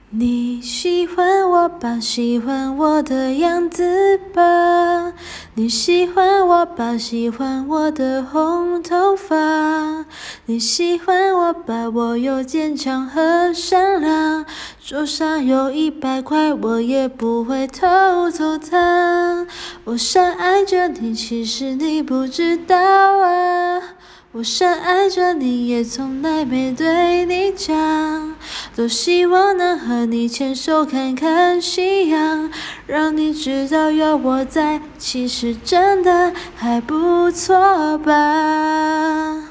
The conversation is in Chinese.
你喜欢我吧，喜欢我的样子吧。你喜欢我吧，喜欢我的红头发。你喜欢我吧，我又坚强和善良。桌上有100块，我也不会偷走它。我深爱着你，其实你不知道啊。我深爱着你，也从来没对你讲。多希望能和你牵手看看夕阳，让你知道有我在，其实真的还不错吧。